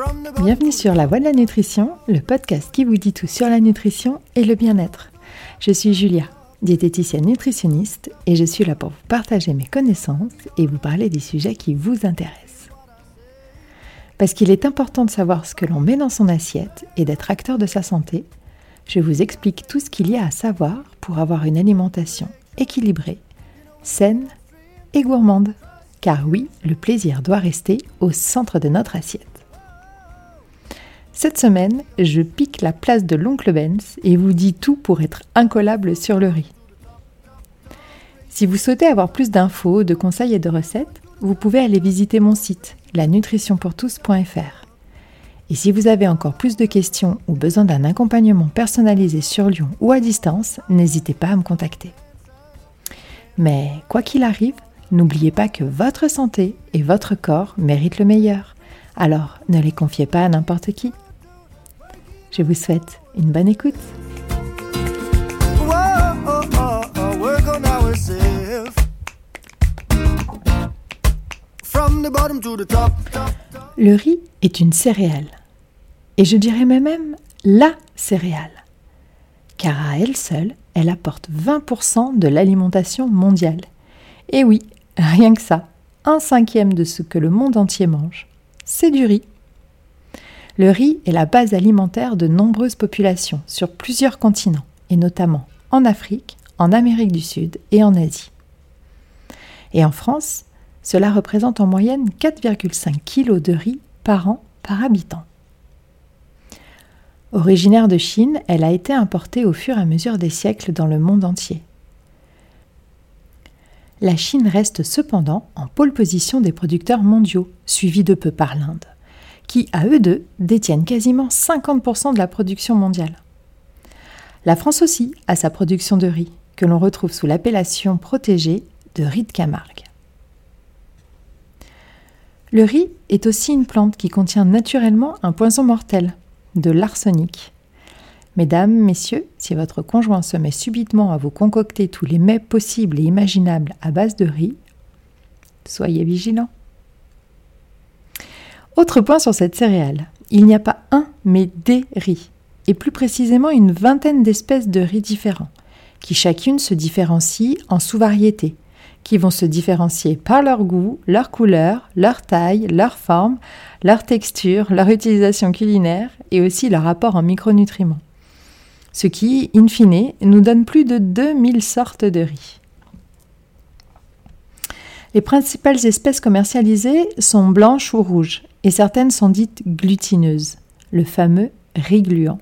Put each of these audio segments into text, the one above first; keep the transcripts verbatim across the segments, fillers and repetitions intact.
Bienvenue sur La Voix de la Nutrition, le podcast qui vous dit tout sur la nutrition et le bien-être. Je suis Julia, diététicienne nutritionniste, et je suis là pour vous partager mes connaissances et vous parler des sujets qui vous intéressent. Parce qu'il est important de savoir ce que l'on met dans son assiette et d'être acteur de sa santé, je vous explique tout ce qu'il y a à savoir pour avoir une alimentation équilibrée, saine et gourmande. Car oui, le plaisir doit rester au centre de notre assiette. Cette semaine, je pique la place de l'oncle Benz et vous dis tout pour être incollable sur le riz. Si vous souhaitez avoir plus d'infos, de conseils et de recettes, vous pouvez aller visiter mon site, la nutrition pour tous point f r. Et si vous avez encore plus de questions ou besoin d'un accompagnement personnalisé sur Lyon ou à distance, n'hésitez pas à me contacter. Mais quoi qu'il arrive, n'oubliez pas que votre santé et votre corps méritent le meilleur. Alors, ne les confiez pas à n'importe qui. Je vous souhaite une bonne écoute. Le riz est une céréale. Et je dirais même la céréale. Car à elle seule, elle apporte vingt pour cent de l'alimentation mondiale. Et oui, rien que ça, un cinquième de ce que le monde entier mange, c'est du riz. Le riz est la base alimentaire de nombreuses populations sur plusieurs continents, et notamment en Afrique, en Amérique du Sud et en Asie. Et en France, cela représente en moyenne quatre virgule cinq kilos de riz par an par habitant. Originaire de Chine, elle a été importée au fur et à mesure des siècles dans le monde entier. La Chine reste cependant en pôle position des producteurs mondiaux, suivis de peu par l'Inde, qui, à eux deux, détiennent quasiment cinquante pour cent de la production mondiale. La France aussi a sa production de riz, que l'on retrouve sous l'appellation protégée de riz de Camargue. Le riz est aussi une plante qui contient naturellement un poison mortel, de l'arsenic. Mesdames, messieurs, si votre conjoint se met subitement à vous concocter tous les mets possibles et imaginables à base de riz, soyez vigilants. Autre point sur cette céréale, il n'y a pas un, mais des riz, et plus précisément une vingtaine d'espèces de riz différents, qui chacune se différencient en sous-variétés, qui vont se différencier par leur goût, leur couleur, leur taille, leur forme, leur texture, leur utilisation culinaire et aussi leur apport en micronutriments. Ce qui, in fine, nous donne plus de deux mille sortes de riz. Les principales espèces commercialisées sont blanches ou rouges, et certaines sont dites glutineuses, le fameux riz gluant.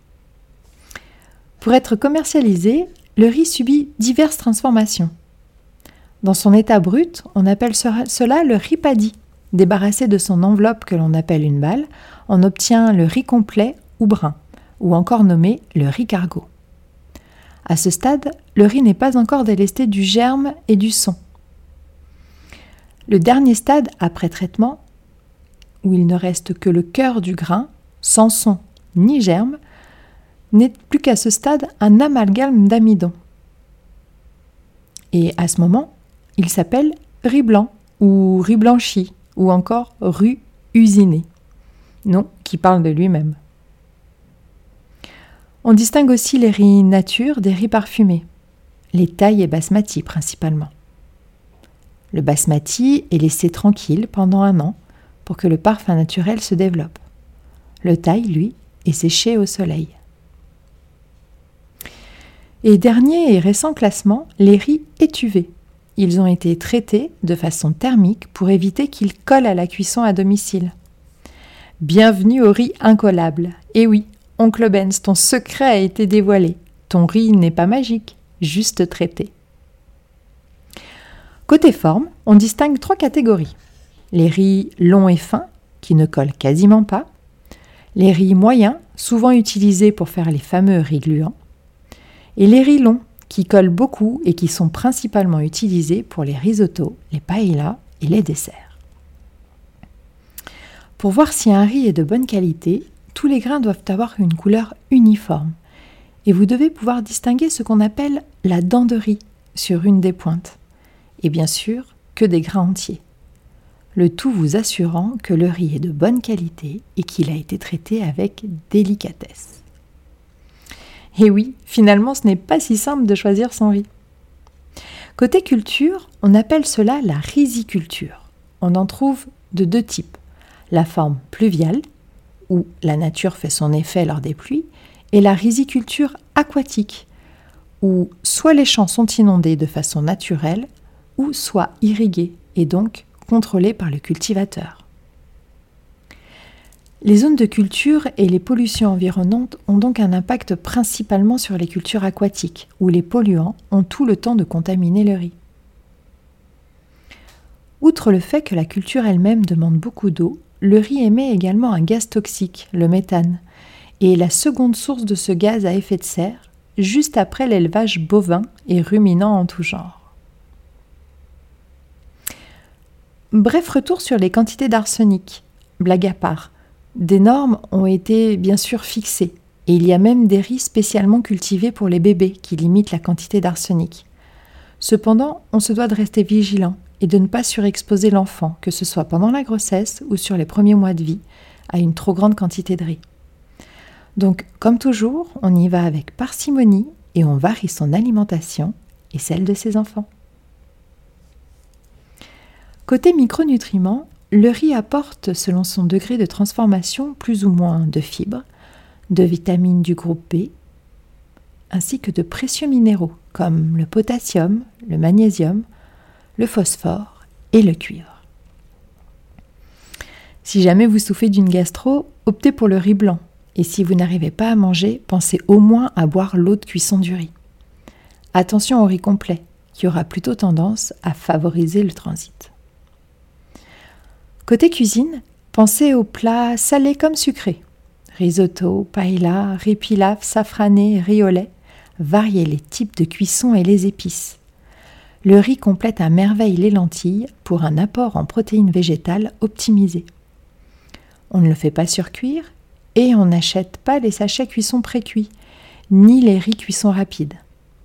Pour être commercialisé, le riz subit diverses transformations. Dans son état brut, on appelle cela le riz paddy. Débarrassé de son enveloppe que l'on appelle une balle, on obtient le riz complet ou brun, ou encore nommé le riz cargo. À ce stade, le riz n'est pas encore délesté du germe et du son. Le dernier stade après traitement, où il ne reste que le cœur du grain, sans son ni germe, n'est plus qu'à ce stade un amalgame d'amidon. Et à ce moment, il s'appelle riz blanc ou riz blanchi ou encore riz usiné, nom qui parle de lui-même. On distingue aussi les riz nature des riz parfumés, les thaï et basmati principalement. Le basmati est laissé tranquille pendant un an pour que le parfum naturel se développe. Le thaï, lui, est séché au soleil. Et dernier et récent classement, les riz étuvés. Ils ont été traités de façon thermique pour éviter qu'ils collent à la cuisson à domicile. Bienvenue au riz incollable. Et oui, oncle Benz, ton secret a été dévoilé. Ton riz n'est pas magique, juste traité. Côté forme, on distingue trois catégories. Les riz longs et fins, qui ne collent quasiment pas. Les riz moyens, souvent utilisés pour faire les fameux riz gluants. Et les riz longs, qui collent beaucoup et qui sont principalement utilisés pour les risottos, les paellas et les desserts. Pour voir si un riz est de bonne qualité, tous les grains doivent avoir une couleur uniforme. Et vous devez pouvoir distinguer ce qu'on appelle la dent de riz sur une des pointes. Et bien sûr, que des grains entiers. le tout vous assurant que le riz est de bonne qualité et qu'il a été traité avec délicatesse. Et oui, finalement, ce n'est pas si simple de choisir son riz. Côté culture, on appelle cela la riziculture. On en trouve de deux types. La forme pluviale, où la nature fait son effet lors des pluies, et la riziculture aquatique, où soit les champs sont inondés de façon naturelle, ou soit irrigués et donc contrôlés par le cultivateur. Les zones de culture et les pollutions environnantes ont donc un impact principalement sur les cultures aquatiques, où les polluants ont tout le temps de contaminer le riz. Outre le fait que la culture elle-même demande beaucoup d'eau, le riz émet également un gaz toxique, le méthane, et est la seconde source de ce gaz à effet de serre, juste après l'élevage bovin et ruminant en tout genre. Bref retour sur les quantités d'arsenic. Blague à part, des normes ont été bien sûr fixées, et il y a même des riz spécialement cultivés pour les bébés qui limitent la quantité d'arsenic. Cependant, on se doit de rester vigilant et de ne pas surexposer l'enfant, que ce soit pendant la grossesse ou sur les premiers mois de vie, à une trop grande quantité de riz. Donc, comme toujours, on y va avec parcimonie et on varie son alimentation et celle de ses enfants. Côté micronutriments, le riz apporte, selon son degré de transformation, plus ou moins de fibres, de vitamines du groupe B, ainsi que de précieux minéraux comme le potassium, le magnésium, le phosphore et le cuivre. Si jamais vous souffrez d'une gastro, optez pour le riz blanc. Et si vous n'arrivez pas à manger, pensez au moins à boire l'eau de cuisson du riz. Attention au riz complet, qui aura plutôt tendance à favoriser le transit. Côté cuisine, pensez aux plats salés comme sucrés. Risotto, paella, riz pilaf, safrané, riz au lait. Variez les types de cuisson et les épices. Le riz complète à merveille les lentilles pour un apport en protéines végétales optimisé. On ne le fait pas surcuire et on n'achète pas les sachets cuisson pré-cuits, ni les riz cuisson rapide.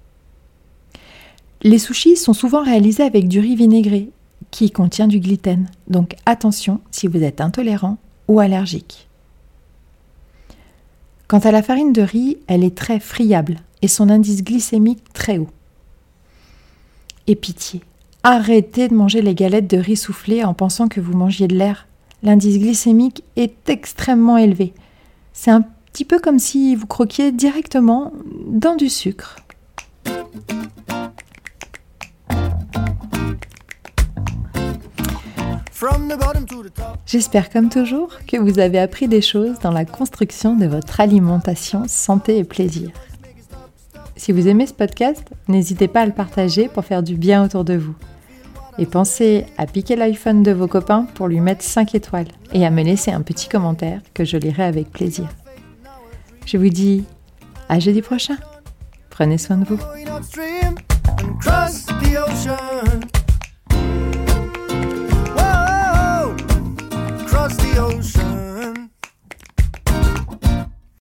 Les sushis sont souvent réalisés avec du riz vinaigré, qui contient du gluten, donc attention si vous êtes intolérant ou allergique. Quant à la farine de riz, elle est très friable et son indice glycémique très haut. Et pitié, arrêtez de manger les galettes de riz soufflé en pensant que vous mangiez de l'air. L'indice glycémique est extrêmement élevé. C'est un petit peu comme si vous croquiez directement dans du sucre. J'espère comme toujours que vous avez appris des choses dans la construction de votre alimentation santé et plaisir. Si vous aimez ce podcast, n'hésitez pas à le partager pour faire du bien autour de vous. Et pensez à piquer l'iPhone de vos copains pour lui mettre cinq étoiles et à me laisser un petit commentaire que je lirai avec plaisir. Je vous dis à jeudi prochain. Prenez soin de vous.